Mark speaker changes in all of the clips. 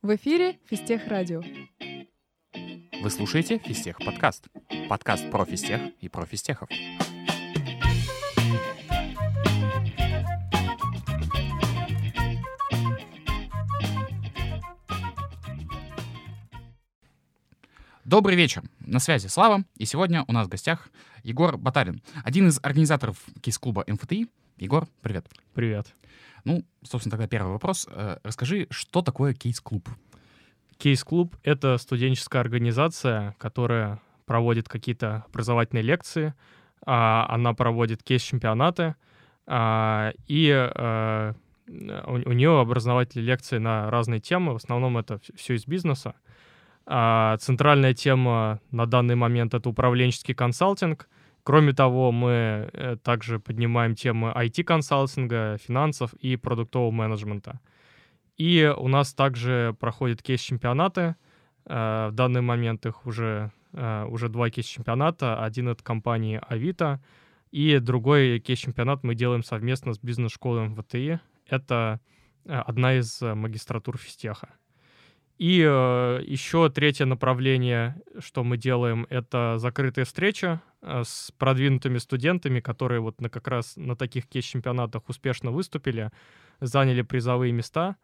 Speaker 1: В эфире Физтех Радио.
Speaker 2: Вы слушаете Физтех подкаст. Подкаст про физтех и про физтехов. Добрый вечер. На связи Слава. И сегодня у нас в гостях Егор Батарин, один из организаторов кейс-клуба МФТИ. Егор, привет.
Speaker 3: Привет.
Speaker 2: Ну, собственно, тогда первый вопрос. Расскажи, что такое кейс-клуб?
Speaker 3: Кейс-клуб — это студенческая организация, которая проводит какие-то образовательные лекции, она проводит кейс-чемпионаты, и у нее образовательные лекции на разные темы, в основном это все из бизнеса. Центральная тема на данный момент — это управленческий консалтинг. Кроме того, мы также поднимаем темы IT-консалтинга, финансов и продуктового менеджмента. И у нас также проходят кейс-чемпионаты. В данный момент их уже 2 кейс-чемпионата. Один от компании Авито, и другой кейс-чемпионат мы делаем совместно с бизнес-школой МФТИ. Это одна из магистратур физтеха. И еще третье направление, что мы делаем, это закрытые встречи с продвинутыми студентами, которые вот как раз на таких кейс-чемпионатах успешно выступили, заняли призовые места.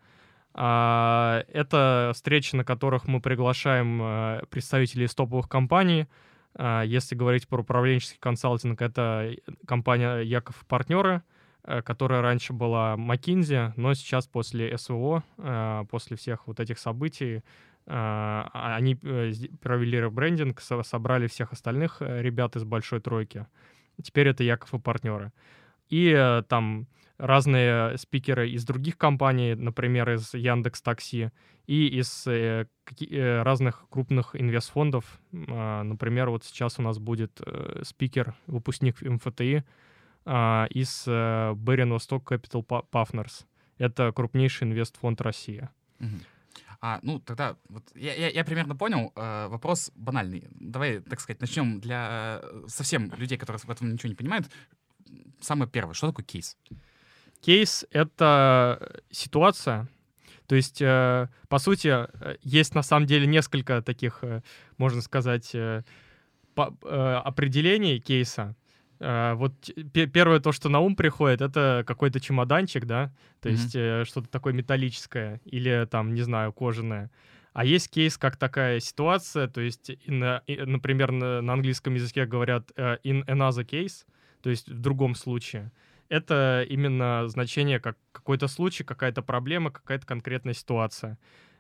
Speaker 3: Это встречи, на которых мы приглашаем представителей из топовых компаний. Если говорить про управленческий консалтинг, это компания «Яков и партнеры», которая раньше была McKinsey, но сейчас после СВО, после всех вот этих событий, они провели ребрендинг, собрали всех остальных ребят из большой тройки. Теперь это «Яков и партнеры». И там разные спикеры из других компаний, например, из Яндекс.Такси, и из разных крупных инвестфондов. Например, вот сейчас у нас будет спикер, выпускник МФТИ, из Berin Vostok Capital Partners. Это крупнейший инвестфонд России.
Speaker 2: Ну, тогда вот я примерно понял. Вопрос банальный. Давай, так сказать, начнем для совсем людей, которые в этом ничего не понимают. Самое первое. Что такое кейс?
Speaker 3: Кейс — это ситуация. То есть, по сути, есть на самом деле несколько таких, можно сказать, определений кейса. Вот первое, то, что на ум приходит, это какой-то чемоданчик, да, то есть что-то такое металлическое или там, не знаю, кожаное. А есть кейс как такая ситуация, то есть, например, на английском языке говорят in another case, то есть в другом случае. Это именно значение как какой-то случай, какая-то проблема, какая-то конкретная ситуация.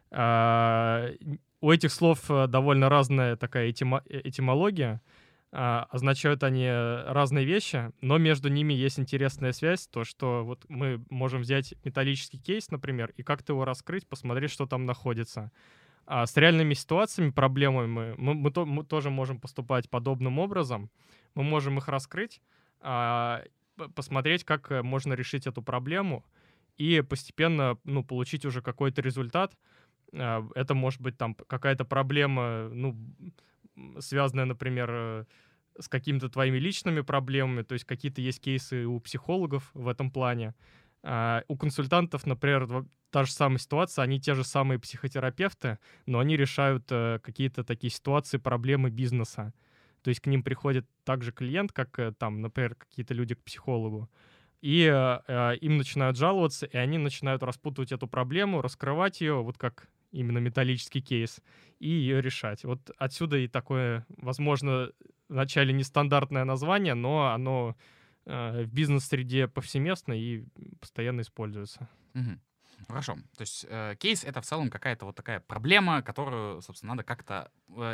Speaker 3: У этих слов довольно разная такая этимология. Означают они разные вещи, но между ними есть интересная связь, то, что вот мы можем взять металлический кейс, например, и как-то его раскрыть, посмотреть, что там находится. С реальными ситуациями, проблемами мы тоже можем поступать подобным образом. Мы можем их раскрыть, посмотреть, как можно решить эту проблему и постепенно получить уже какой-то результат. Это может быть там какая-то проблема, связанная, например, с какими-то твоими личными проблемами, то есть какие-то есть кейсы у психологов в этом плане. У консультантов, например, та же самая ситуация, они те же самые психотерапевты, но они решают какие-то такие ситуации, проблемы бизнеса. То есть к ним приходит также клиент, как там, например, какие-то люди к психологу, и им начинают жаловаться, и они начинают распутывать эту проблему, раскрывать ее, вот как именно металлический кейс, и ее решать. Вот отсюда и такое, возможно, вначале нестандартное название, но оно в бизнес-среде повсеместно и постоянно используется.
Speaker 2: Хорошо. То есть кейс — это в целом какая-то вот такая проблема, которую, собственно, надо как-то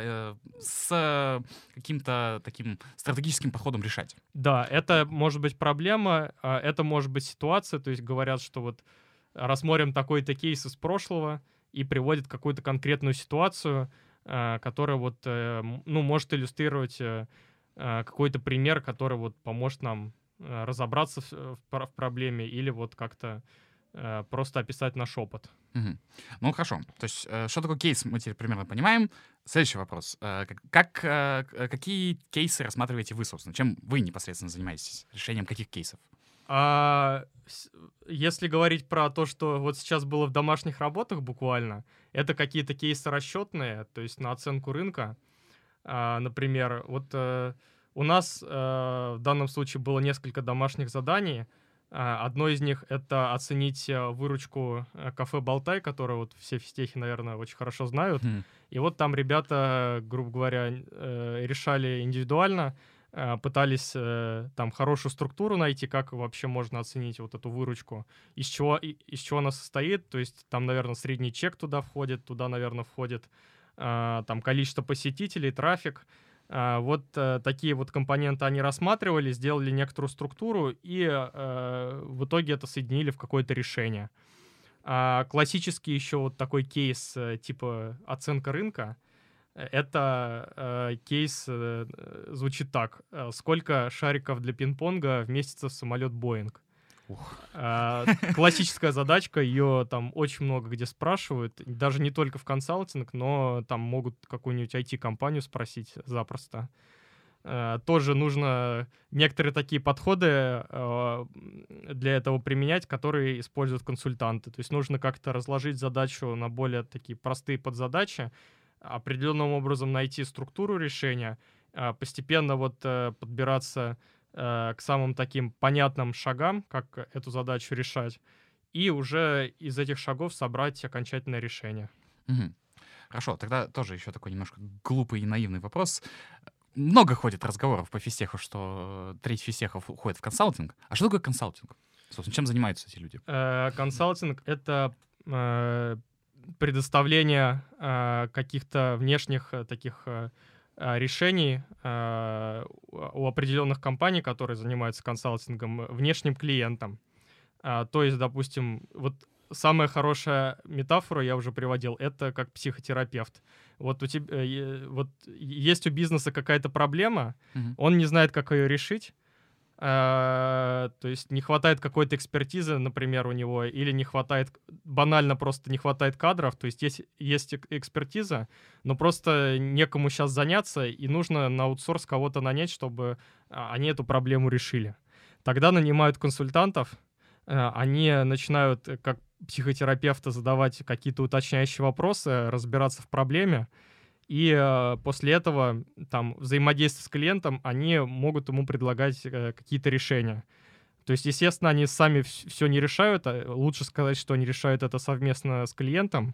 Speaker 2: с каким-то таким стратегическим подходом решать.
Speaker 3: Да, это может быть проблема, это может быть ситуация, то есть говорят, что вот рассмотрим такой-то кейс из прошлого и приводит какую-то конкретную ситуацию, которая вот, может иллюстрировать какой-то пример, который вот поможет нам разобраться в проблеме или вот как-то просто описать наш опыт.
Speaker 2: Ну, хорошо. То есть, что такое кейс, мы теперь примерно понимаем. Следующий вопрос. Какие кейсы рассматриваете вы, собственно? Чем вы непосредственно занимаетесь? Решением каких кейсов?
Speaker 3: Если говорить про то, что вот сейчас было в домашних работах буквально, это какие-то кейсы расчетные, то есть на оценку рынка. Например, вот у нас в данном случае было несколько домашних заданий. Одно из них — это оценить выручку кафе «Болтай», которое вот все физтехи, наверное, очень хорошо знают. И вот там ребята, грубо говоря, решали индивидуально, пытались там хорошую структуру найти, как вообще можно оценить вот эту выручку, из чего она состоит. То есть там, наверное, средний чек туда, наверное, входит там количество посетителей, трафик. Вот такие вот компоненты они рассматривали, сделали некоторую структуру и в итоге это соединили в какое-то решение. Классический еще вот такой кейс типа оценка рынка. Это кейс звучит так. Сколько шариков для пинг-понга вместится в самолет Боинг? Классическая задачка, ее там очень много где спрашивают, даже не только в консалтинг, но там могут какую-нибудь IT-компанию спросить запросто. Тоже нужно некоторые такие подходы для этого применять, которые используют консультанты. То есть нужно как-то разложить задачу на более такие простые подзадачи, определенным образом найти структуру решения, постепенно вот подбираться к самым таким понятным шагам, как эту задачу решать, и уже из этих шагов собрать окончательное решение.
Speaker 2: Хорошо, тогда тоже еще такой немножко глупый и наивный вопрос. Много ходит разговоров по физтеху, что треть физтехов уходит в консалтинг. А что такое консалтинг? Собственно, чем занимаются эти люди?
Speaker 3: Консалтинг — это предоставление каких-то внешних таких решений у определенных компаний, которые занимаются консалтингом, внешним клиентам. То есть, допустим, вот самая хорошая метафора я уже приводил, это как психотерапевт. Вот у тебя вот есть у бизнеса какая-то проблема, он не знает, как ее решить. То есть не хватает какой-то экспертизы, например, у него, или не хватает, банально просто не хватает кадров, то есть есть экспертиза, но просто некому сейчас заняться, и нужно на аутсорс кого-то нанять, чтобы они эту проблему решили. Тогда нанимают консультантов, они начинают как психотерапевты задавать какие-то уточняющие вопросы, разбираться в проблеме, и после этого, там, взаимодействие с клиентом, они могут ему предлагать какие-то решения. То есть, естественно, они сами все не решают. Лучше сказать, что они решают это совместно с клиентом.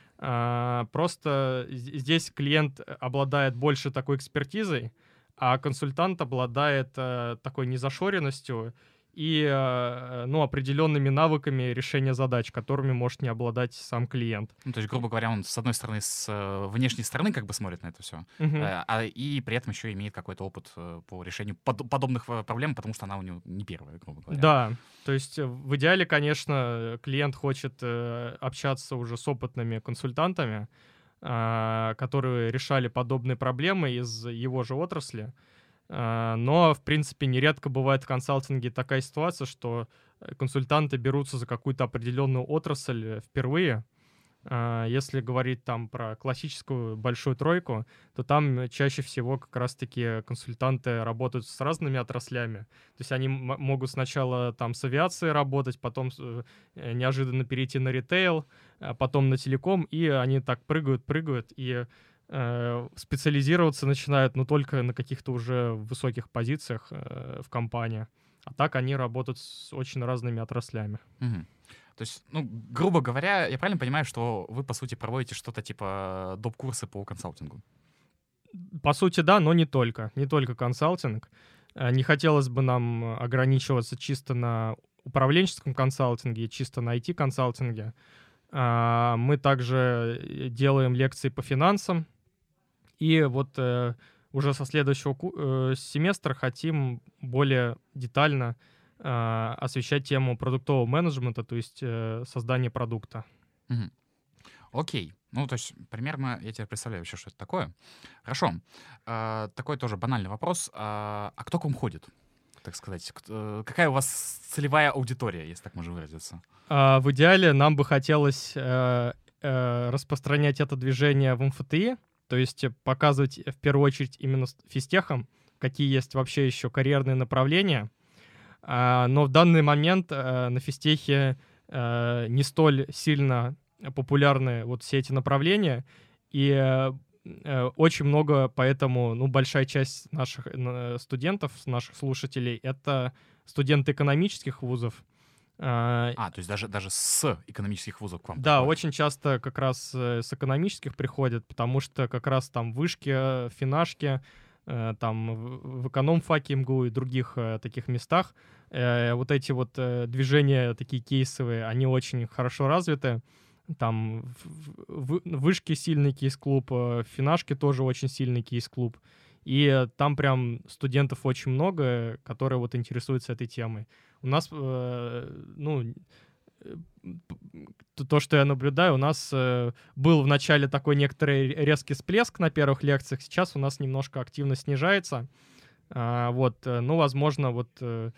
Speaker 3: Просто здесь клиент обладает больше такой экспертизой, а консультант обладает такой незашоренностью и определенными навыками решения задач, которыми может не обладать сам клиент.
Speaker 2: Ну, то есть, грубо говоря, он, с одной стороны, с внешней стороны как бы смотрит на это все, и при этом еще имеет какой-то опыт по решению подобных проблем, потому что она у него не первая, грубо говоря.
Speaker 3: Да, то есть в идеале, конечно, клиент хочет общаться уже с опытными консультантами, которые решали подобные проблемы из его же отрасли. Но, в принципе, нередко бывает в консалтинге такая ситуация, что консультанты берутся за какую-то определенную отрасль впервые. Если говорить там про классическую большую тройку, то там чаще всего как раз-таки консультанты работают с разными отраслями. То есть они могут сначала там с авиацией работать, потом неожиданно перейти на ритейл, потом на телеком, и они так прыгают, и специализироваться начинают, но только на каких-то уже высоких позициях в компании. А так они работают с очень разными отраслями.
Speaker 2: То есть, грубо говоря, я правильно понимаю, что вы, по сути, проводите что-то типа доп-курсы по консалтингу?
Speaker 3: По сути, да, но не только. Не только консалтинг. Не хотелось бы нам ограничиваться чисто на управленческом консалтинге, чисто на IT-консалтинге. Мы также делаем лекции по финансам. И вот уже со следующего семестра хотим более детально освещать тему продуктового менеджмента, то есть создание продукта.
Speaker 2: Окей. Ну, то есть примерно я тебе представляю вообще, что это такое. Хорошо. Такой тоже банальный вопрос. А кто к вам ходит, так сказать? Какая у вас целевая аудитория, если так можно выразиться?
Speaker 3: В идеале нам бы хотелось распространять это движение в МФТИ, то есть показывать в первую очередь именно физтехам, какие есть вообще еще карьерные направления. Но в данный момент на физтехе не столь сильно популярны вот все эти направления, и очень много, поэтому, ну, большая часть наших студентов, наших слушателей, это студенты экономических вузов.
Speaker 2: То есть даже с экономических вузов к вам
Speaker 3: Да,
Speaker 2: приходят?
Speaker 3: очень часто как раз с экономических приходят, потому что как раз там вышки, финашки, там в экономфаке МГУ и других таких местах вот эти вот движения такие кейсовые, они очень хорошо развиты. Там в вышке сильный кейс-клуб, в финашке тоже очень сильный кейс-клуб. И там прям студентов очень много, которые вот интересуются этой темой. У нас, ну, то, что я наблюдаю, у нас был в начале такой некоторый резкий всплеск на первых лекциях, сейчас у нас немножко активность снижается. Ну, возможно, вот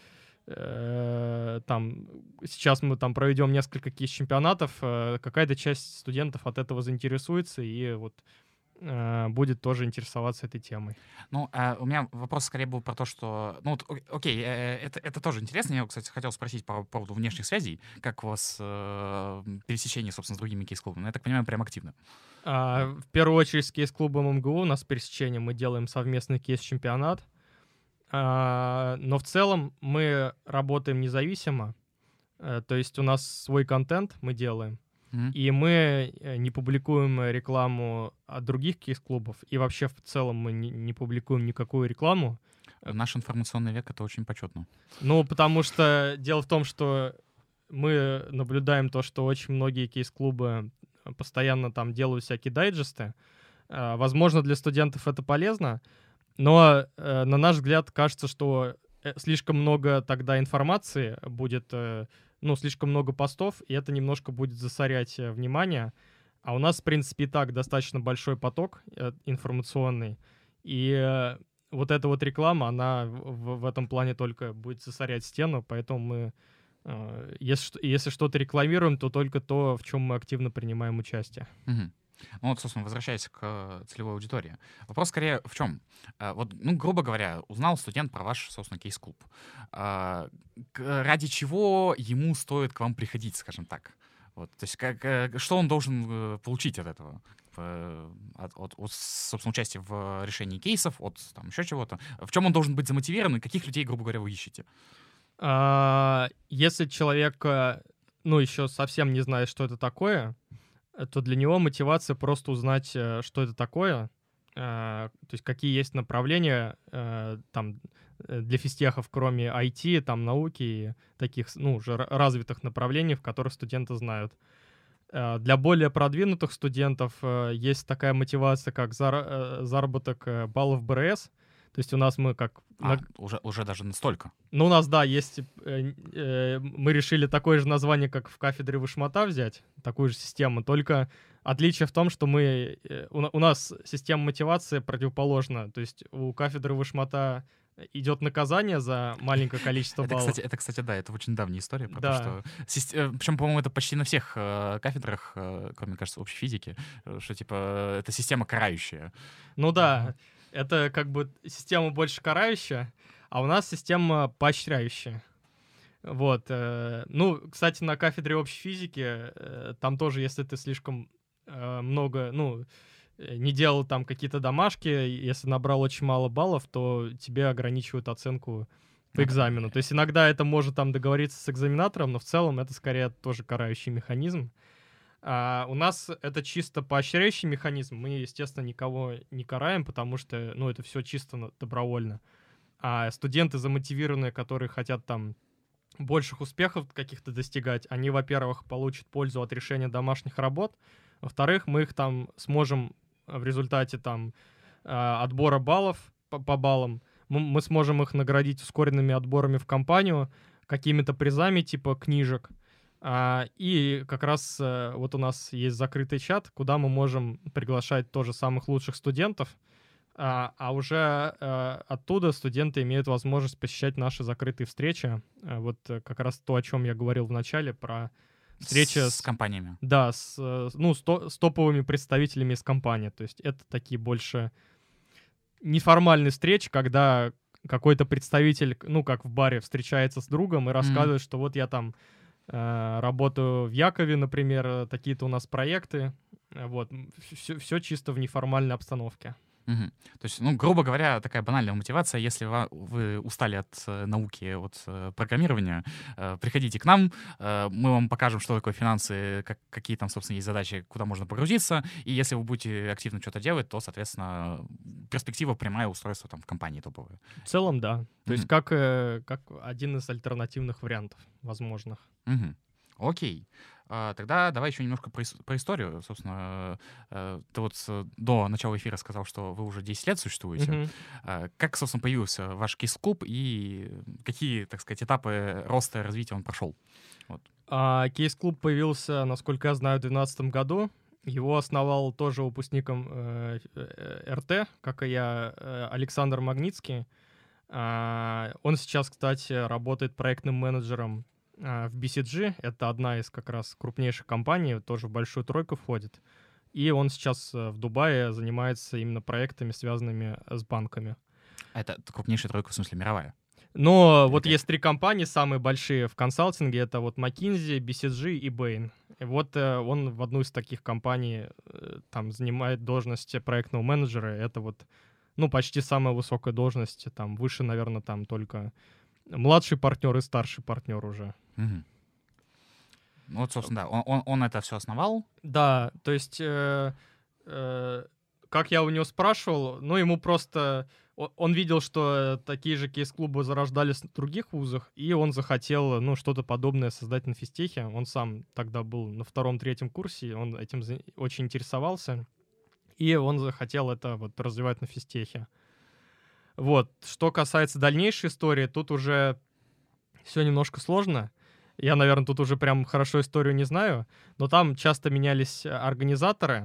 Speaker 3: там сейчас мы там проведем несколько кейс-чемпионатов, какая-то часть студентов от этого заинтересуется и вот будет тоже интересоваться этой темой.
Speaker 2: Ну, у меня вопрос скорее был про то, что... Ну, вот, окей, это тоже интересно. Я, кстати, хотел спросить по поводу внешних связей. Как у вас пересечение, собственно, с другими кейс-клубами? Я так понимаю, прям активно.
Speaker 3: В первую очередь с кейс-клубом МГУ у нас пересечение. Мы делаем совместный кейс-чемпионат. Но в целом мы работаем независимо. То есть у нас свой контент мы делаем. И мы не публикуем рекламу от других кейс-клубов. И вообще в целом мы не публикуем никакую рекламу.
Speaker 2: В наш информационный век это очень почетно.
Speaker 3: Ну, потому что дело в том, что мы наблюдаем то, что очень многие кейс-клубы постоянно там делают всякие дайджесты. Возможно, для студентов это полезно, но, на наш взгляд, кажется, что слишком много тогда информации будет... слишком много постов, и это немножко будет засорять внимание. А у нас, в принципе, и так достаточно большой поток информационный. И вот эта вот реклама, она в этом плане только будет засорять стену, поэтому мы, если что-то рекламируем, то только то, в чем мы активно принимаем участие.
Speaker 2: Ну вот, собственно, возвращаясь к целевой аудитории. Вопрос скорее в чем? Вот, грубо говоря, узнал студент про ваш, собственно, кейс-клуб. Ради чего ему стоит к вам приходить, скажем так? Вот, то есть что он должен получить от этого? От, собственно, участия в решении кейсов, от там еще чего-то? В чем он должен быть замотивирован и каких людей, грубо говоря, вы ищете?
Speaker 3: Если человек, еще совсем не знает, что это такое, то для него мотивация просто узнать, что это такое, то есть какие есть направления там для физтехов, кроме IT, там науки и таких, уже развитых направлений, в которых студенты знают. Для более продвинутых студентов есть такая мотивация, как заработок баллов БРС. То есть у нас мы как...
Speaker 2: Уже даже настолько?
Speaker 3: Ну, у нас, да, есть... мы решили такое же название, как в кафедре вышмата взять, такую же систему, только отличие в том, что у нас система мотивации противоположна. То есть у кафедры вышмата идет наказание за маленькое количество баллов.
Speaker 2: Это, кстати, да, это очень давняя история. Про
Speaker 3: Да.
Speaker 2: то, что... Причем, по-моему, это почти на всех кафедрах, кроме, кажется, общей физики, что, типа, это система карающая.
Speaker 3: Ну да, это как бы система больше карающая, а у нас система поощряющая. Вот. Кстати, на кафедре общей физики там тоже, если ты слишком много, не делал там какие-то домашки, если набрал очень мало баллов, то тебе ограничивают оценку по экзамену. То есть иногда это может там договориться с экзаменатором, но в целом это скорее тоже карающий механизм. А у нас это чисто поощряющий механизм. Мы, естественно, никого не караем, потому что, это все чисто добровольно. А студенты замотивированные, которые хотят там больших успехов каких-то достигать, они, во-первых, получат пользу от решения домашних работ, во-вторых, мы их там сможем в результате там отбора баллов по баллам, мы сможем их наградить ускоренными отборами в компанию, какими-то призами типа книжек. И как раз вот у нас есть закрытый чат, куда мы можем приглашать тоже самых лучших студентов, а уже оттуда студенты имеют возможность посещать наши закрытые встречи. Вот как раз то, о чем я говорил в начале, про встречи
Speaker 2: с компаниями.
Speaker 3: Да, с топовыми представителями из компании. То есть это такие больше неформальные встречи, когда какой-то представитель, ну, как в баре, встречается с другом и рассказывает, что вот я там работаю в Якове, например, такие-то у нас проекты. Вот. Все чисто в неформальной обстановке.
Speaker 2: Мгм. То есть, ну, грубо говоря, такая банальная мотивация, если вы устали от науки, от программирования, приходите к нам, мы вам покажем, что такое финансы, какие там, собственно, есть задачи, куда можно погрузиться, и если вы будете активно что-то делать, то, соответственно, перспектива прямая устройство там в компании топовое.
Speaker 3: В целом, да. То есть как один из альтернативных вариантов возможных.
Speaker 2: Мгм. Окей. Тогда давай еще немножко про историю. Собственно, ты вот до начала эфира сказал, что вы уже 10 лет существуете. Как, собственно, появился ваш кейс-клуб и какие, так сказать, этапы роста и развития он прошел? Вот.
Speaker 3: Кейс-клуб появился, насколько я знаю, в 2012 году. Его основал тоже выпускником РТ, как и я, Александр Магнитский. Он сейчас, кстати, работает проектным менеджером в BCG. Это одна из как раз крупнейших компаний, тоже в большую тройку входит. И он сейчас в Дубае занимается именно проектами, связанными с банками.
Speaker 2: Это крупнейшая тройка, в смысле мировая?
Speaker 3: Но вот есть 3 компании, самые большие в консалтинге. Это вот McKinsey, BCG и Bain. И вот он в одну из таких компаний там занимает должность проектного менеджера. Это вот, ну, почти самая высокая должность. Там выше, наверное, там только младший партнер и старший партнер уже.
Speaker 2: Угу. Ну вот, собственно, да, он это все основал.
Speaker 3: Да, то есть, как я у него спрашивал, ну, ему просто... Он видел, что такие же кейс-клубы зарождались в других вузах, и он захотел, ну, что-то подобное создать на физтехе. Он сам тогда был на 2-3 курсе, он этим очень интересовался, и он захотел это вот развивать на физтехе. Вот. Что касается дальнейшей истории, тут уже все немножко сложно. Я, наверное, тут уже прям хорошо историю не знаю, но там часто менялись организаторы,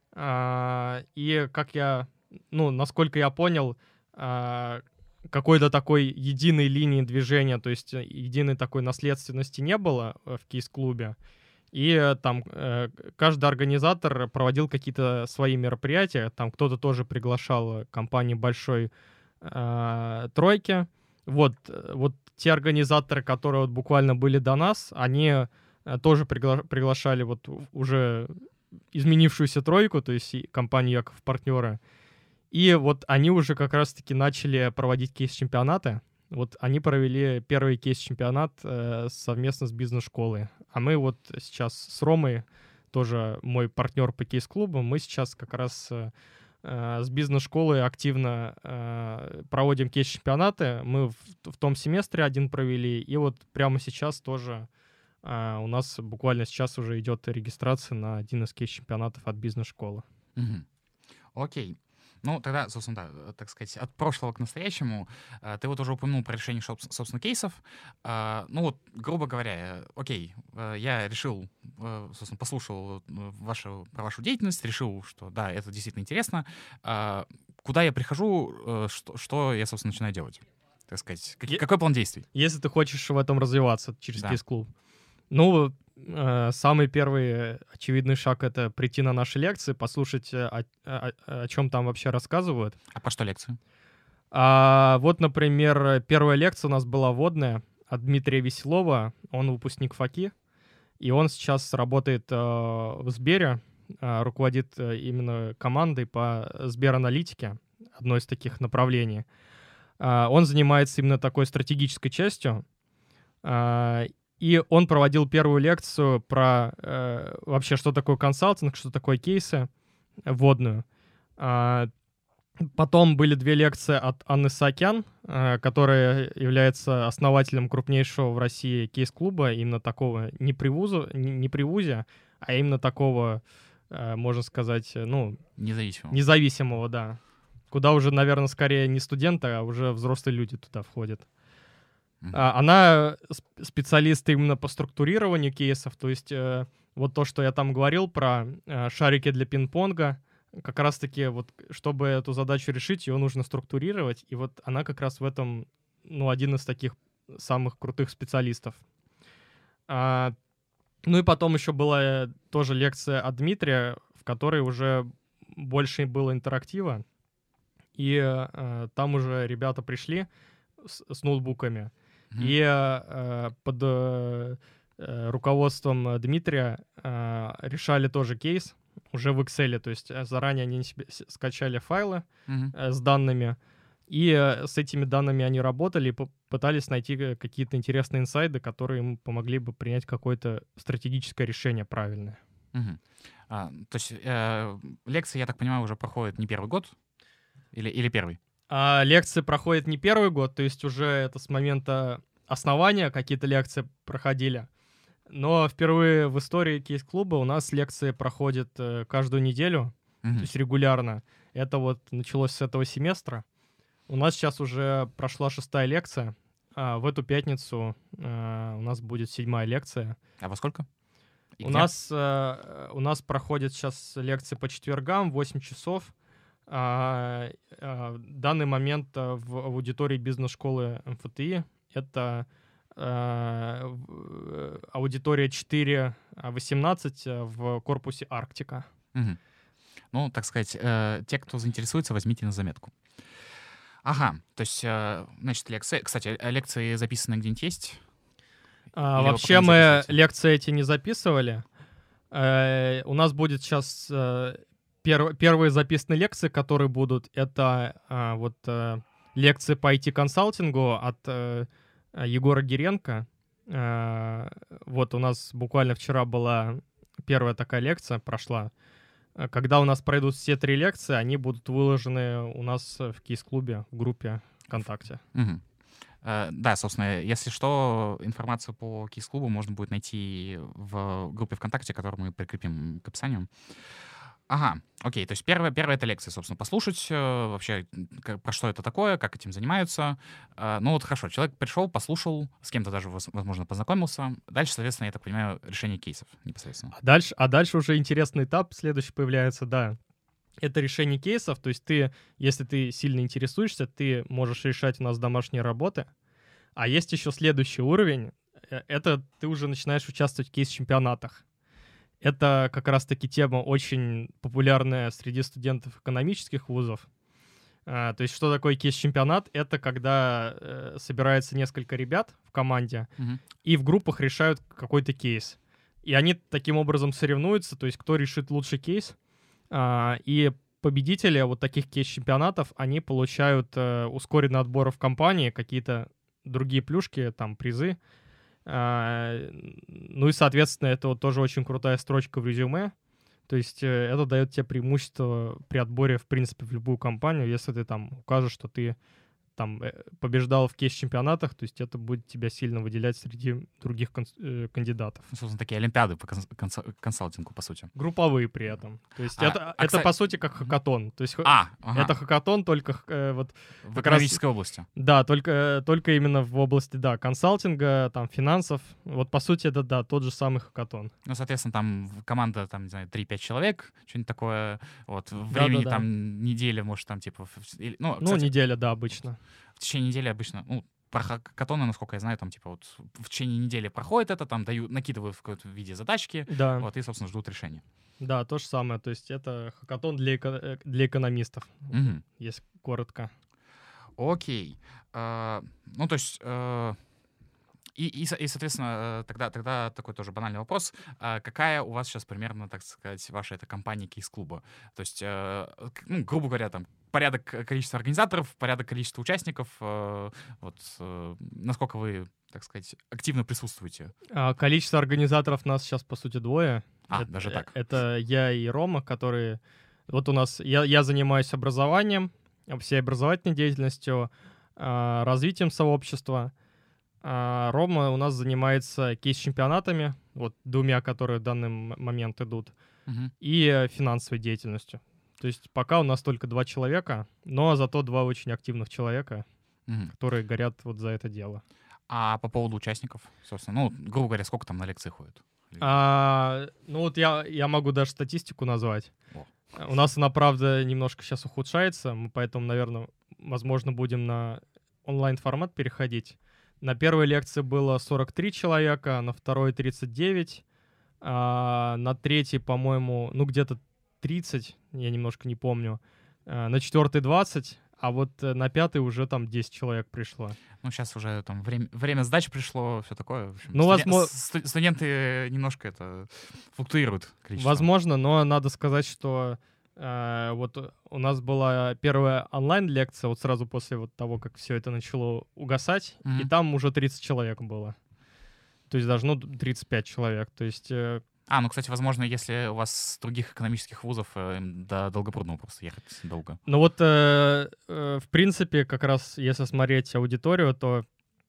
Speaker 3: и как я, ну, насколько я понял, какой-то такой единой линии движения, то есть единой такой наследственности не было в кейс-клубе. И там каждый организатор проводил какие-то свои мероприятия. Там кто-то тоже приглашал компании большой тройки. Вот те организаторы, которые вот буквально были до нас, они тоже приглашали вот уже изменившуюся тройку, то есть компанию Яков партнеры. И вот они уже как раз-таки начали проводить кейс-чемпионаты. Вот они провели первый кейс-чемпионат совместно с бизнес-школой. А мы вот сейчас с Ромой, тоже мой партнер по кейс-клубу, мы сейчас как раз с бизнес-школой активно проводим кейс-чемпионаты. Мы в том семестре один провели, и вот прямо сейчас тоже у нас буквально сейчас уже идет регистрация на один из кейс-чемпионатов от бизнес-школы.
Speaker 2: Окей. Ну, тогда, собственно, да, так сказать, от прошлого к настоящему. Ты вот уже упомянул про решение, собственно, кейсов. Ну вот, грубо говоря, окей, я решил, собственно, послушал про вашу деятельность, решил, что да, это действительно интересно. Куда я прихожу, что я, собственно, начинаю делать? Так сказать, какой план действий?
Speaker 3: Если ты хочешь в этом развиваться через кейс-клуб. Ну, самый первый очевидный шаг — это прийти на наши лекции, послушать, о чем там вообще рассказывают.
Speaker 2: А по что лекции?
Speaker 3: Вот, например, первая лекция у нас была вводная от Дмитрия Веселова. Он выпускник ФАКИ, и он сейчас работает в Сбере, руководит именно командой по Сбераналитике, одно из таких направлений. Он занимается именно такой стратегической частью. И он проводил первую лекцию про вообще, что такое консалтинг, что такое кейсы, вводную. Потом были 2 лекции от Анны Саакян, которая является основателем крупнейшего в России кейс-клуба, именно такого не при вузе, а именно такого, можно сказать, ну... Независимого, да. Куда уже, наверное, скорее не студенты, а уже взрослые люди туда входят. Она специалист именно по структурированию кейсов, то есть вот то, что я там говорил про шарики для пинг-понга, как раз-таки вот, чтобы эту задачу решить, ее нужно структурировать, и вот она как раз в этом, ну, один из таких самых крутых специалистов. Ну и потом еще была тоже лекция от Дмитрия, в которой уже больше было интерактива, и там уже ребята пришли, с ноутбуками.
Speaker 2: Мгм.
Speaker 3: И под руководством Дмитрия решали тоже кейс уже в Excel. То есть заранее они себе скачали файлы
Speaker 2: Мгм.
Speaker 3: с данными, и с этими данными они работали и пытались найти какие-то интересные инсайды, которые им помогли бы принять какое-то стратегическое решение правильное.
Speaker 2: Мгм. То есть лекции, я так понимаю, уже проходят не первый год? Или первый?
Speaker 3: А лекции проходят не первый год, то есть уже это с момента основания какие-то лекции проходили. Но впервые в истории кейс-клуба у нас лекции проходят каждую неделю, то
Speaker 2: Мгм.
Speaker 3: есть регулярно. Это вот началось с этого семестра. У нас сейчас уже прошла 6-я лекция, а в эту пятницу у нас будет 7-я лекция.
Speaker 2: А во сколько? И
Speaker 3: У
Speaker 2: где?
Speaker 3: нас проходят сейчас лекции по четвергам, 8 часов. В данный момент в аудитории бизнес-школы МФТИ это аудитория 4-18 в корпусе Арктика.
Speaker 2: Мгм. Ну, так сказать, те, кто заинтересуется, возьмите на заметку. Ага, то есть, значит, лекции... Кстати, лекции записаны где-нибудь есть? Или вы пока
Speaker 3: Вообще
Speaker 2: не
Speaker 3: мы
Speaker 2: записываете?
Speaker 3: лекции эти не записывали. У нас будет сейчас первые записанные лекции, которые будут, это лекции по IT-консалтингу от Егора Гиренко. Вот у нас буквально вчера была первая такая лекция, прошла. Когда у нас пройдут все 3 лекции, они будут выложены у нас в кейс-клубе, в группе ВКонтакте.
Speaker 2: Мгм. Да, собственно, если что, информацию по кейс-клубу можно будет найти в группе ВКонтакте, которую мы прикрепим к описанию. Ага, окей, то есть первая это лекция, собственно, послушать вообще, про что это такое, как этим занимаются. Ну вот хорошо, человек пришел, послушал, с кем-то даже, возможно, познакомился. Дальше, соответственно, я так понимаю, решение кейсов непосредственно.
Speaker 3: А дальше уже интересный этап следующий появляется, да. Это решение кейсов, то есть если ты сильно интересуешься, ты можешь решать у нас домашние работы. А есть еще следующий уровень, это ты уже начинаешь участвовать в кейс-чемпионатах. Это как раз-таки тема очень популярная среди студентов экономических вузов. То есть что такое кейс-чемпионат? Это когда собирается несколько ребят в команде
Speaker 2: Мгм.
Speaker 3: и в группах решают какой-то кейс. И они таким образом соревнуются, то есть кто решит лучший кейс. И победители вот таких кейс-чемпионатов, они получают ускоренный отбор в компании, какие-то другие плюшки, там, призы. Ну и, соответственно, это вот тоже очень крутая строчка в резюме. То есть это дает тебе преимущество при отборе, в принципе, в любую компанию, если ты там укажешь, что ты там побеждал в кейс-чемпионатах, то есть это будет тебя сильно выделять среди других кандидатов.
Speaker 2: Ну, собственно, такие олимпиады по консалтингу, по сути.
Speaker 3: Групповые при этом. То есть это
Speaker 2: кстати-
Speaker 3: по сути как хакатон. То есть
Speaker 2: Ага.
Speaker 3: это хакатон только вот
Speaker 2: В
Speaker 3: как раз-
Speaker 2: экономической области.
Speaker 3: да, только именно в области, да, консалтинга, там, финансов. Вот, по сути, это, да, тот же самый хакатон.
Speaker 2: Ну, соответственно, там команда, там, не знаю, 3-5 человек, что-нибудь такое. Вот, времени
Speaker 3: Да-да-да.
Speaker 2: там неделя, может, там, типа... Ну,
Speaker 3: Ну,
Speaker 2: кстати,
Speaker 3: неделя, да, обычно.
Speaker 2: в течение недели обычно, ну, про хакатоны, насколько я знаю, там, типа, вот в течение недели проходит это, там, накидывают в каком-то виде задачки,
Speaker 3: Да,
Speaker 2: вот, и, собственно, ждут решения.
Speaker 3: да, то же самое. То есть это хакатон для экономистов,
Speaker 2: Мгм.
Speaker 3: если коротко.
Speaker 2: Окей. Ну, то есть... И, соответственно, тогда такой тоже банальный вопрос. Какая у вас сейчас примерно, так сказать, ваша эта компания кейс-клуба? То есть, ну, грубо говоря, там, порядок количества организаторов, порядок количества участников, насколько вы, так сказать, активно присутствуете?
Speaker 3: Количество организаторов нас сейчас, по сути, 2.
Speaker 2: Даже так.
Speaker 3: Это я и Рома, которые... Вот у нас... Я занимаюсь образованием, всей образовательной деятельностью, развитием сообщества. Рома у нас занимается кейс-чемпионатами, вот 2, которые в данный момент идут,
Speaker 2: Мгм.
Speaker 3: и финансовой деятельностью. То есть пока у нас только 2 человека, но зато 2 очень активных человека,
Speaker 2: Мгм.
Speaker 3: которые горят вот за это дело.
Speaker 2: А по поводу участников, собственно, ну, грубо говоря, сколько там на лекции ходит?
Speaker 3: Ну вот я могу даже статистику назвать.
Speaker 2: О.
Speaker 3: У нас она, правда, немножко сейчас ухудшается, мы поэтому, наверное, возможно, будем на онлайн-формат переходить. На первой лекции было 43 человека, на второй 39, на третьей, по-моему, ну где-то 30, я немножко не помню, на четвертой 20, а вот на 5-й уже там 10 человек пришло.
Speaker 2: Ну, сейчас уже там время сдач пришло, все такое. В общем,
Speaker 3: Ну,
Speaker 2: студенты немножко это флуктуируют количество.
Speaker 3: Возможно, но надо сказать, что вот у нас была первая онлайн-лекция вот сразу после вот того, как все это начало угасать, и там уже 30 человек было. То есть должно 35 человек. То есть...
Speaker 2: ну, кстати, возможно, если у вас с других экономических вузов до Долгопрудного просто ехать долго.
Speaker 3: Ну вот, в принципе, как раз если смотреть аудиторию, то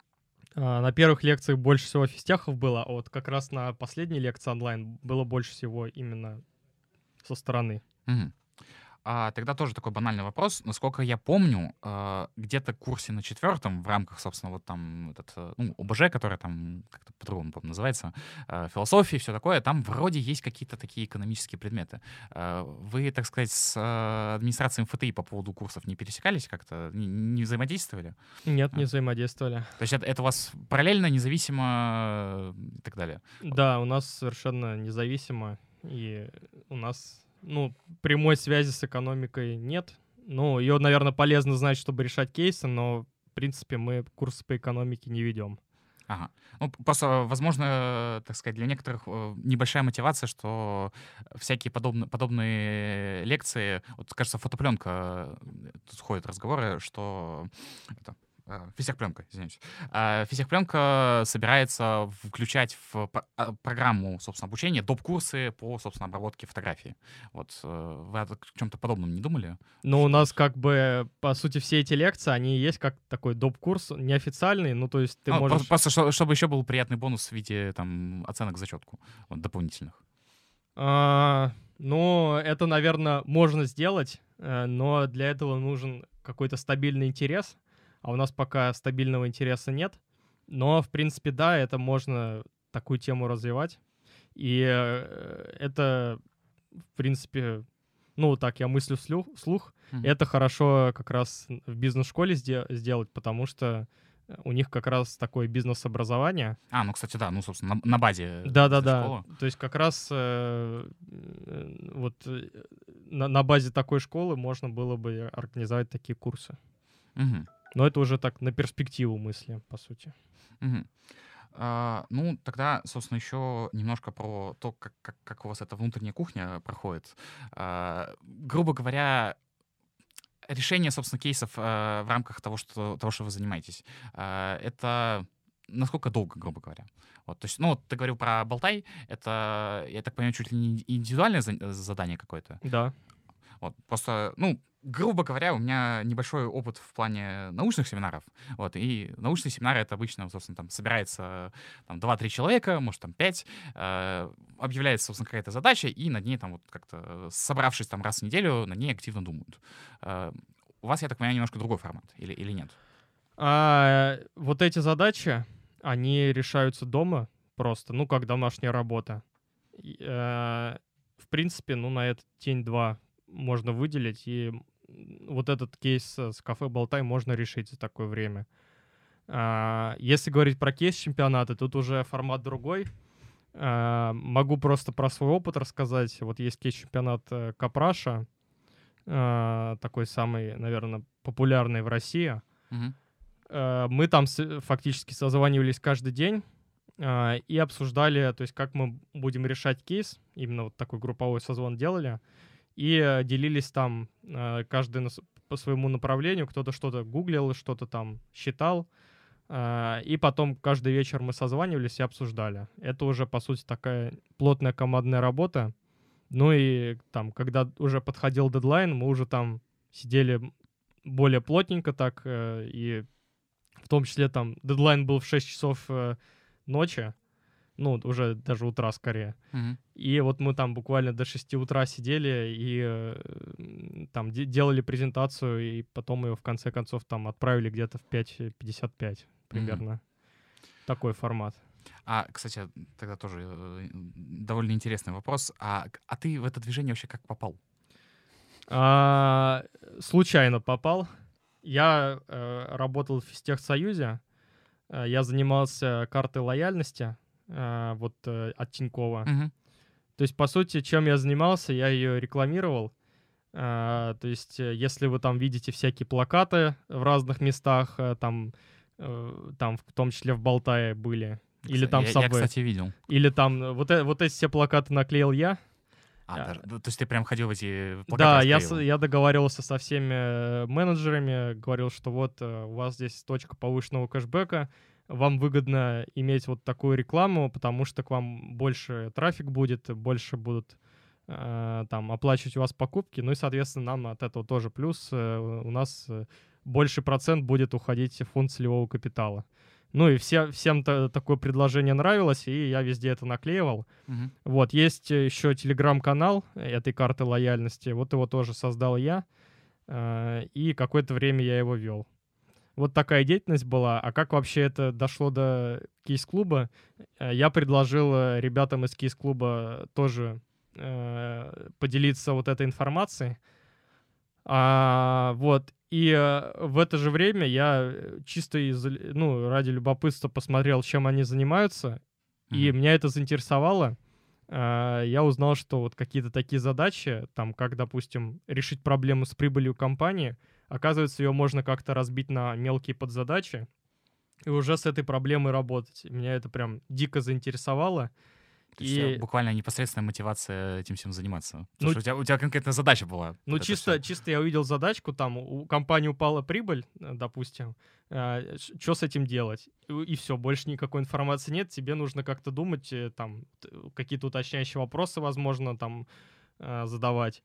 Speaker 3: на первых лекциях больше всего физтехов было, а вот как раз на последней лекции онлайн было больше всего именно со стороны.
Speaker 2: Угу. Тогда тоже такой банальный вопрос. Насколько я помню, где-то в курсе на 4-м в рамках, собственно, вот там ОБЖ, который там как-то по-другому называется, философии, все такое, там вроде есть какие-то такие экономические предметы. Вы, так сказать, с администрацией МФТИ по поводу курсов не пересекались как-то? Не взаимодействовали?
Speaker 3: Нет, не взаимодействовали.
Speaker 2: То есть это у вас параллельно, независимо и так далее?
Speaker 3: Да, у нас совершенно независимо, и у нас... прямой связи с экономикой нет. Ее, наверное, полезно знать, чтобы решать кейсы, но, в принципе, мы курсы по экономике не ведем.
Speaker 2: Ага. Просто, возможно, так сказать, для некоторых небольшая мотивация, что всякие подобные лекции, вот, кажется, фотопленка, тут ходят разговоры, что... Физтехпленка, извиняюсь. Физтехпленка собирается включать в программу, собственно, обучения доп-курсы по, собственно, обработке фотографии. Вот вы о чем-то подобном не думали?
Speaker 3: У нас как бы, по сути, все эти лекции, они есть как такой доп-курс, неофициальный, то есть ты можешь...
Speaker 2: Просто чтобы еще был приятный бонус в виде там оценок в зачетку, дополнительных.
Speaker 3: Это, наверное, можно сделать, но для этого нужен какой-то стабильный интерес, а у нас пока стабильного интереса нет. Но, в принципе, да, это можно такую тему развивать. И это, в принципе, так я мыслю вслух. Это хорошо как раз в бизнес-школе сделать, потому что у них как раз такое бизнес-образование.
Speaker 2: Кстати, да, собственно, на базе
Speaker 3: Да.
Speaker 2: школы.
Speaker 3: То есть как раз вот на базе такой школы можно было бы организовать такие курсы.
Speaker 2: Угу.
Speaker 3: Но это уже так на перспективу мысли, по сути.
Speaker 2: Угу. Тогда, собственно, еще немножко про то, как у вас эта внутренняя кухня проходит. Грубо говоря, решение, собственно, кейсов в рамках того, что вы занимаетесь, это насколько долго, грубо говоря? Вот, то есть, ты говорил про Болтай, это, я так понимаю, чуть ли не индивидуальное задание какое-то?
Speaker 3: Да.
Speaker 2: Вот, просто, грубо говоря, у меня небольшой опыт в плане научных семинаров. Вот, и научные семинары — это обычно, собственно, там собирается 2-3 человека, может, 5, объявляется, собственно, какая-то задача, и над ней там вот как-то, собравшись там раз в неделю, над ней активно думают. У вас, я так понимаю, немножко другой формат, или нет?
Speaker 3: Вот эти задачи, они решаются дома просто, как домашняя работа. В принципе, на этот день-два можно выделить, и вот этот кейс с кафе «Болтай» можно решить за такое время. Если говорить про кейс-чемпионаты, тут уже формат другой. Могу просто про свой опыт рассказать. Вот есть кейс-чемпионат Капраша, такой самый, наверное, популярный в России.
Speaker 2: Угу.
Speaker 3: Мы там фактически созванивались каждый день и обсуждали, то есть как мы будем решать кейс. Именно вот такой групповой созвон делали. И делились там каждый по своему направлению. Кто-то что-то гуглил, что-то там считал. И потом каждый вечер мы созванивались и обсуждали. Это уже, по сути, такая плотная командная работа. И там, когда уже подходил дедлайн, мы уже там сидели более плотненько так. И в том числе там дедлайн был в 6 часов ночи. Уже даже утра скорее.
Speaker 2: Mm-hmm.
Speaker 3: И вот мы там буквально до 6 утра сидели и там делали презентацию, и потом ее в конце концов там отправили где-то в 5:55 примерно. Mm-hmm. Такой формат.
Speaker 2: Кстати, тогда тоже довольно интересный вопрос. А ты в это движение вообще как попал?
Speaker 3: Случайно попал. Я работал в Физтехсоюзе. Я занимался картой лояльности. От Тинькова.
Speaker 2: Uh-huh.
Speaker 3: То есть, по сути, чем я занимался, я ее рекламировал. То есть, если вы там видите всякие плакаты в разных местах, там в том числе в Болтае были, или там в
Speaker 2: Я,
Speaker 3: Сабве,
Speaker 2: кстати, видел.
Speaker 3: или там вот эти все плакаты наклеил я.
Speaker 2: Даже, то есть ты прям ходил в эти плакаты,
Speaker 3: Да,
Speaker 2: расклеивал?
Speaker 3: я договаривался со всеми менеджерами, говорил, что вот у вас здесь точка повышенного кэшбэка, вам выгодно иметь вот такую рекламу, потому что к вам больше трафик будет, больше будут там оплачивать у вас покупки, ну и, соответственно, нам от этого тоже плюс, у нас больший процент будет уходить в фонд целевого капитала. Ну и всем такое предложение нравилось, и я везде это наклеивал.
Speaker 2: Мгм.
Speaker 3: Вот, есть еще телеграм-канал этой карты лояльности, вот его тоже создал я, и какое-то время я его вел. Вот такая деятельность была. А как вообще это дошло до кейс-клуба? Я предложил ребятам из кейс-клуба тоже поделиться вот этой информацией. Вот. И в это же время я чисто ради любопытства посмотрел, чем они занимаются, и
Speaker 2: Мгм.
Speaker 3: меня это заинтересовало. Я узнал, что вот какие-то такие задачи, там, как, допустим, решить проблему с прибылью компании, оказывается, ее можно как-то разбить на мелкие подзадачи и уже с этой проблемой работать. Меня это прям дико заинтересовало.
Speaker 2: То есть у тебя
Speaker 3: И,
Speaker 2: буквально непосредственная мотивация этим всем заниматься.
Speaker 3: ну,
Speaker 2: Потому что у тебя конкретная задача была.
Speaker 3: Ну,
Speaker 2: Вот это всё.
Speaker 3: чисто я увидел задачку, там у компании упала прибыль, допустим, что с этим делать? И все, больше никакой информации нет, тебе нужно как-то думать, там, какие-то уточняющие вопросы, возможно, там, задавать.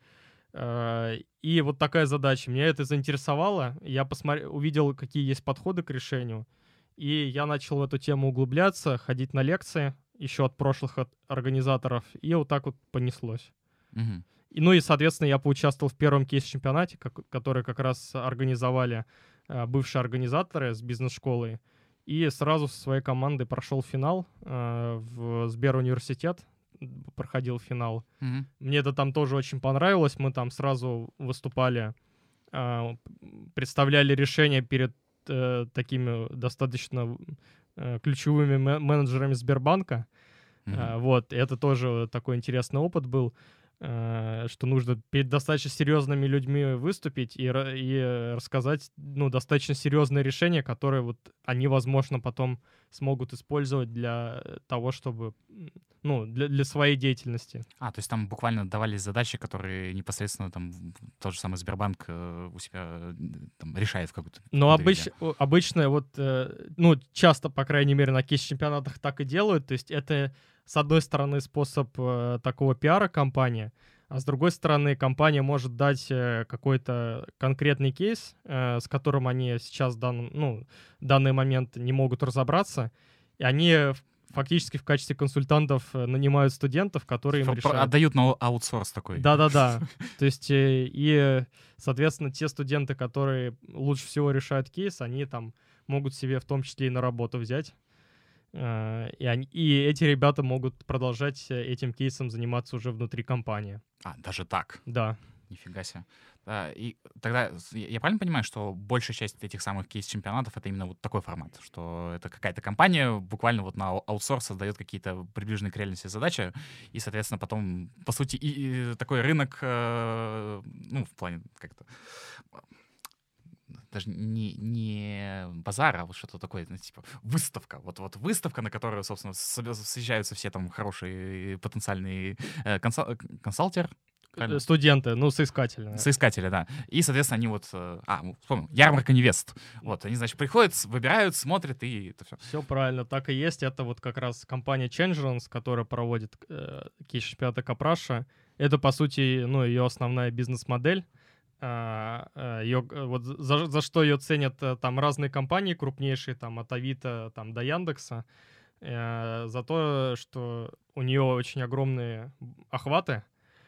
Speaker 3: И вот такая задача. Меня это заинтересовало, я увидел, какие есть подходы к решению, и я начал в эту тему углубляться, ходить на лекции еще от прошлых организаторов, и вот так вот понеслось.
Speaker 2: Мгм.
Speaker 3: Ну и, соответственно, я поучаствовал в первом кейс-чемпионате, который как раз организовали бывшие организаторы с бизнес-школой. И сразу со своей командой прошел финал в Сберуниверситет, проходил финал.
Speaker 2: Мгм.
Speaker 3: Мне это там тоже очень понравилось. Мы там сразу выступали, а, представляли решения перед такими достаточно ключевыми менеджерами Сбербанка.
Speaker 2: Мгм.
Speaker 3: Вот, это тоже такой интересный опыт был, что нужно перед достаточно серьезными людьми выступить и рассказать, ну, достаточно серьезные решения, которые вот они, возможно, потом смогут использовать для того, чтобы, ну, для своей деятельности.
Speaker 2: То есть там буквально давались задачи, которые непосредственно там тот же самый Сбербанк у себя там решает в
Speaker 3: Но
Speaker 2: какой-то виде.
Speaker 3: обычно вот, ну, часто, по крайней мере, на кейс-чемпионатах так и делают. То есть это, с одной стороны, способ такого пиара компании, а с другой стороны, компания может дать какой-то конкретный кейс, с которым они сейчас в данный момент не могут разобраться, и они фактически в качестве консультантов нанимают студентов, которые им решают.
Speaker 2: Отдают на аутсорс такой.
Speaker 3: Да-да-да. То есть, соответственно, те студенты, которые лучше всего решают кейс, они там могут себе в том числе и на работу взять. И эти ребята могут продолжать этим кейсом заниматься уже внутри компании.
Speaker 2: Даже так.
Speaker 3: Да.
Speaker 2: Нифига себе. И тогда я правильно понимаю, что большая часть этих самых кейс-чемпионатов — это именно вот такой формат, что это какая-то компания буквально вот на аутсорс создает какие-то приближенные к реальности задачи, и, соответственно, потом, по сути, и такой рынок, ну, в плане как-то даже не базар, а вот что-то такое, ну, типа выставка. Вот выставка, на которую, собственно, съезжаются все там хорошие потенциальные консалтер, правильно?
Speaker 3: Студенты, ну, соискатели.
Speaker 2: Соискатели, да. И, соответственно, они вот... вспомнил. Ярмарка невест. Вот, они, значит, приходят, выбирают, смотрят, и это все.
Speaker 3: Все правильно, так и есть. Это вот как раз компания Changerons, которая проводит кейс-чемпионаты Капраша. Это, по сути, ну, ее основная бизнес-модель. Вот за что ее ценят там разные компании крупнейшие, там от Авито там, до Яндекса, за то, что у нее очень огромные охваты,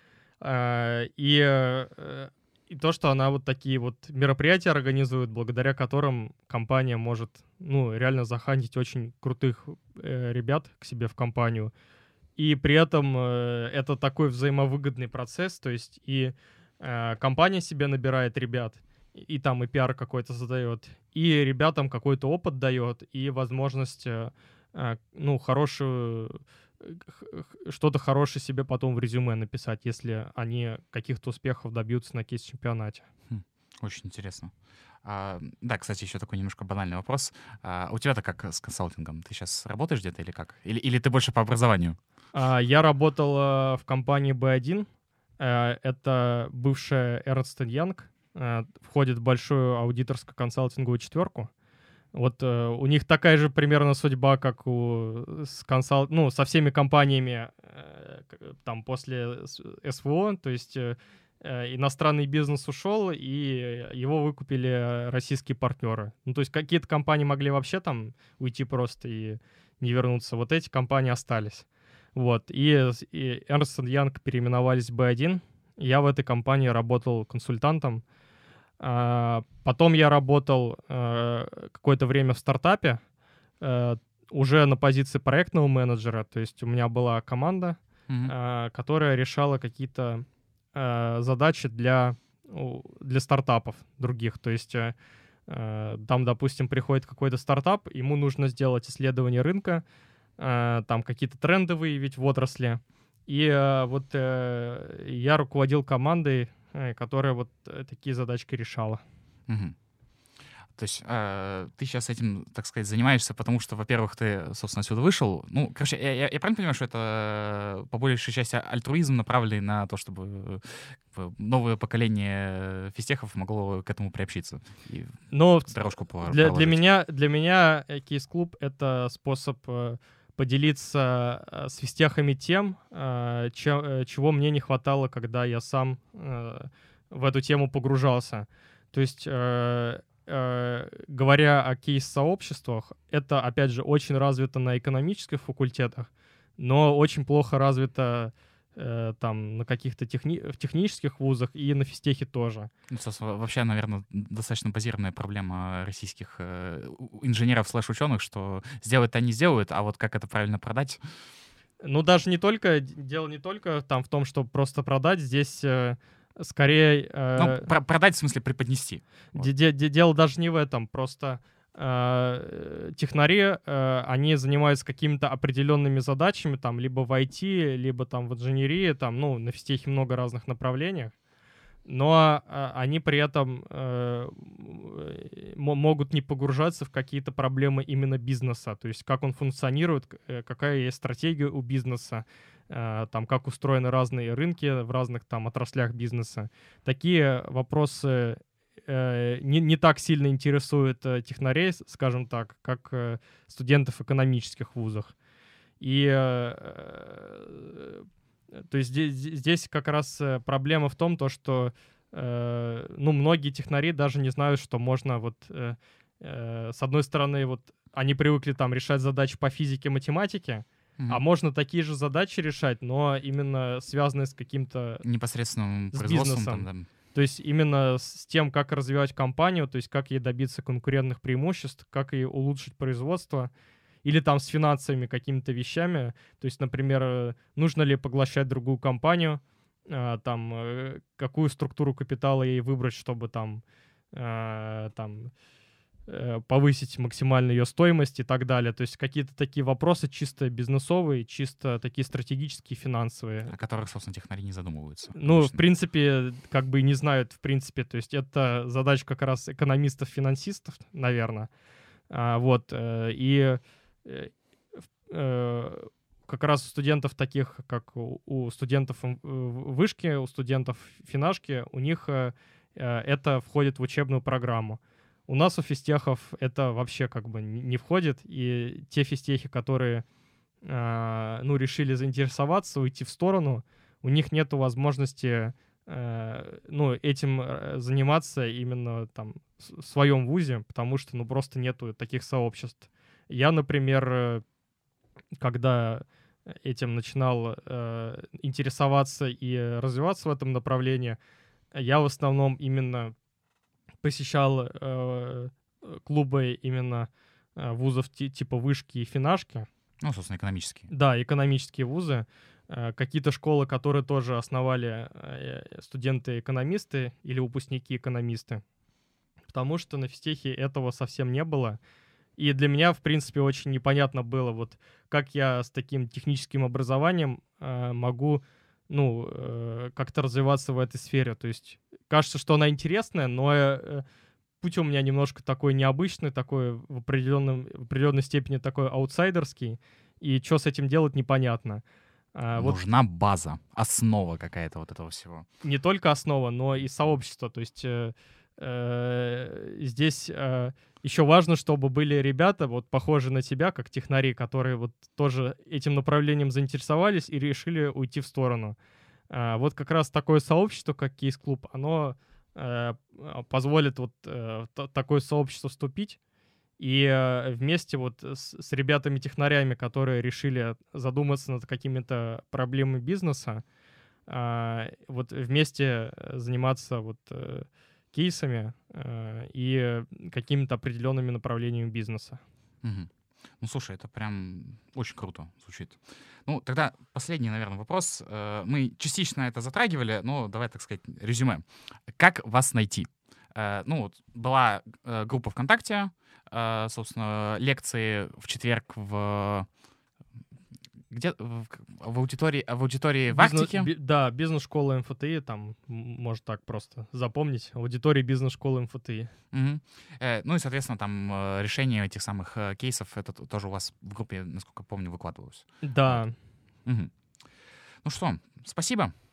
Speaker 3: и то, что она вот такие вот мероприятия организует, благодаря которым компания может, ну, реально захантить очень крутых ребят к себе в компанию. И при этом это такой взаимовыгодный процесс, то есть и компания себе набирает ребят, и там и пиар какой-то задает, и ребятам какой-то опыт дает, и возможность, ну, хорошую что-то хорошее себе потом в резюме написать, если они каких-то успехов добьются на кейс-чемпионате.
Speaker 2: Очень интересно. Да, кстати, еще такой немножко банальный вопрос. У тебя-то как с консалтингом? Ты сейчас работаешь где-то или как? Или ты больше по образованию?
Speaker 3: Я работал в компании B1. Это бывшая Ernst Young. Входит в большую аудиторскую консалтинговую четверку. Вот у них такая же примерно судьба, как со всеми компаниями там после СВО, то есть иностранный бизнес ушел, и его выкупили российские партнеры. Ну, то есть какие-то компании могли вообще там уйти просто и не вернуться. Вот эти компании остались. Вот. И Ernst Young переименовались в B1. Я в этой компании работал консультантом. Потом я работал какое-то время в стартапе, уже на позиции проектного менеджера. То есть у меня была команда, которая решала какие-то задачи для стартапов других. То есть там, допустим, приходит какой-то стартап, ему нужно сделать исследование рынка, там какие-то тренды выявить в отрасли. И я руководил командой, которая вот такие задачки решала.
Speaker 2: Угу. То есть ты сейчас этим, так сказать, занимаешься, потому что, во-первых, ты, собственно, отсюда вышел. Ну, короче, я правильно понимаю, что это по большей части альтруизм, направленный на то, чтобы новое поколение физтехов могло к этому приобщиться и дорожку проложить?
Speaker 3: Для меня кейс-клуб — это способ поделиться с физтехами тем, чего мне не хватало, когда я сам в эту тему погружался. То есть, говоря о кейс-сообществах, это, опять же, очень развито на экономических факультетах, но очень плохо развито там на каких-то в технических вузах и на физтехе тоже.
Speaker 2: Вообще, наверное, достаточно базированная проблема российских инженеров/ученых, что сделать-то они сделают, а вот как это правильно продать?
Speaker 3: Ну, даже дело не только там в том, чтобы просто продать, здесь скорее...
Speaker 2: продать в смысле преподнести.
Speaker 3: Дело даже не в этом, просто технари, они занимаются какими-то определенными задачами, там, либо в IT, либо там в инженерии, там, ну, на физтехе много разных направлений, но они при этом могут не погружаться в какие-то проблемы именно бизнеса, то есть как он функционирует, какая есть стратегия у бизнеса, там, как устроены разные рынки в разных там отраслях бизнеса. Такие вопросы не так сильно интересуют технарей, скажем так, как студентов экономических вузах. И то есть здесь как раз проблема в том, что многие технари даже не знают, что можно с одной стороны, они привыкли там решать задачи по физике, математике, а можно такие же задачи решать, но именно связанные с каким-то...
Speaker 2: непосредственным производством. Там, да.
Speaker 3: То есть именно с тем, как развивать компанию, то есть как ей добиться конкурентных преимуществ, как ей улучшить производство, или там с финансовыми какими-то вещами. То есть, например, нужно ли поглощать другую компанию, там, какую структуру капитала ей выбрать, чтобы там повысить максимально ее стоимость и так далее. То есть какие-то такие вопросы чисто бизнесовые, чисто такие стратегические, финансовые.
Speaker 2: О которых, собственно, технари не задумываются.
Speaker 3: Ну, конечно. В принципе, как бы и не знают, в принципе. То есть это задача как раз экономистов-финансистов, наверное. Как раз у студентов таких, как у студентов вышки, у студентов финашки, у них это входит в учебную программу. У нас у физтехов это вообще как бы не входит, и те физтехи, которые решили заинтересоваться, уйти в сторону, у них нет возможности этим заниматься именно там в своем вузе, потому что просто нету таких сообществ. Я, например, когда этим начинал интересоваться и развиваться в этом направлении, я в основном именно посещал клубы именно вузов типа вышки и финашки.
Speaker 2: Ну, собственно, экономические.
Speaker 3: Да, экономические вузы. Какие-то школы, которые тоже основали студенты-экономисты или выпускники-экономисты. Потому что на физтехе этого совсем не было. И для меня, в принципе, очень непонятно было, вот как я с таким техническим образованием могу, ну, как-то развиваться в этой сфере. То есть кажется, что она интересная, но путь у меня немножко такой необычный, такой в определенной степени такой аутсайдерский, и что с этим делать непонятно. Вот
Speaker 2: Нужна база, основа какая-то вот этого всего.
Speaker 3: не только основа, но и сообщество. То есть здесь еще важно, чтобы были ребята, вот похожие на тебя, как технари, которые вот тоже этим направлением заинтересовались и решили уйти в сторону. Вот как раз такое сообщество, как Case Club, оно позволит вот в такое сообщество вступить и вместе вот с ребятами-технарями, которые решили задуматься над какими-то проблемами бизнеса, вот вместе заниматься вот кейсами и какими-то определенными направлениями бизнеса.
Speaker 2: Мгм. Ну, слушай, это прям очень круто звучит. Ну, тогда последний, наверное, вопрос. Мы частично это затрагивали, но давай, так сказать, резюме. Как вас найти? Ну, вот была группа ВКонтакте, собственно, лекции в четверг где в аудитории в Арктике.
Speaker 3: Да, бизнес-школа МФТИ, там, можно так просто запомнить, аудитория бизнес-школы МФТИ.
Speaker 2: Мгм. Ну и, соответственно, там решение этих самых кейсов, это тоже у вас в группе, насколько помню, выкладывалось.
Speaker 3: Да.
Speaker 2: Мгм. Ну что, спасибо.